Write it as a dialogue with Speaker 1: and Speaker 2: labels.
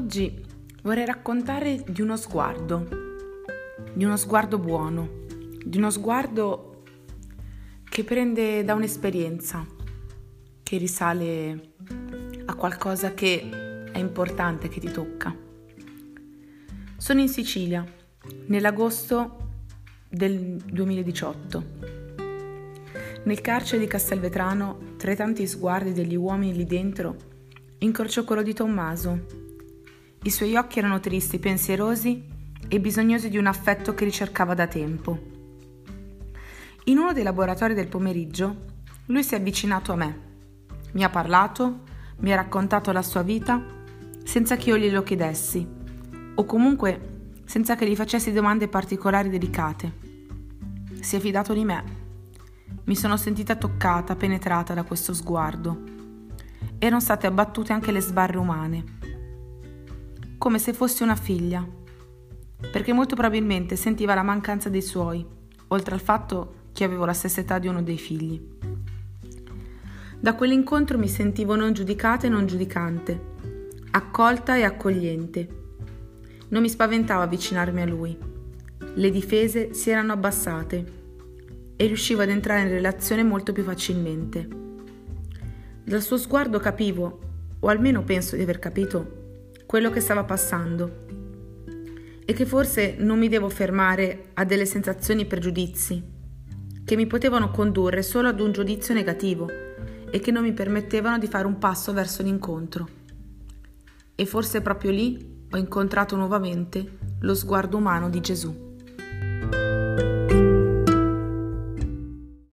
Speaker 1: Oggi vorrei raccontare di uno sguardo buono, di uno sguardo che prende da un'esperienza, che risale a qualcosa che è importante, che ti tocca. Sono in Sicilia, nell'agosto del 2018. Nel carcere di Castelvetrano, tra i tanti sguardi degli uomini lì dentro, incrociò quello di Tommaso. I suoi occhi erano tristi, pensierosi e bisognosi di un affetto che ricercava da tempo. In uno dei laboratori del pomeriggio, lui si è avvicinato a me. Mi ha parlato, mi ha raccontato la sua vita, senza che io glielo chiedessi, o comunque senza che gli facessi domande particolari e delicate. Si è fidato di me. Mi sono sentita toccata, penetrata da questo sguardo. Erano state abbattute anche le sbarre umane, come se fossi una figlia, perché molto probabilmente sentiva la mancanza dei suoi, oltre al fatto che avevo la stessa età di uno dei figli. Da quell'incontro mi sentivo non giudicata e non giudicante, accolta e accogliente. Non mi spaventava avvicinarmi a lui. Le difese si erano abbassate e riuscivo ad entrare in relazione molto più facilmente. Dal suo sguardo capivo, o almeno penso di aver capito, quello che stava passando e che forse non mi devo fermare a delle sensazioni e pregiudizi che mi potevano condurre solo ad un giudizio negativo e che non mi permettevano di fare un passo verso l'incontro. E forse proprio lì ho incontrato nuovamente lo sguardo umano di Gesù.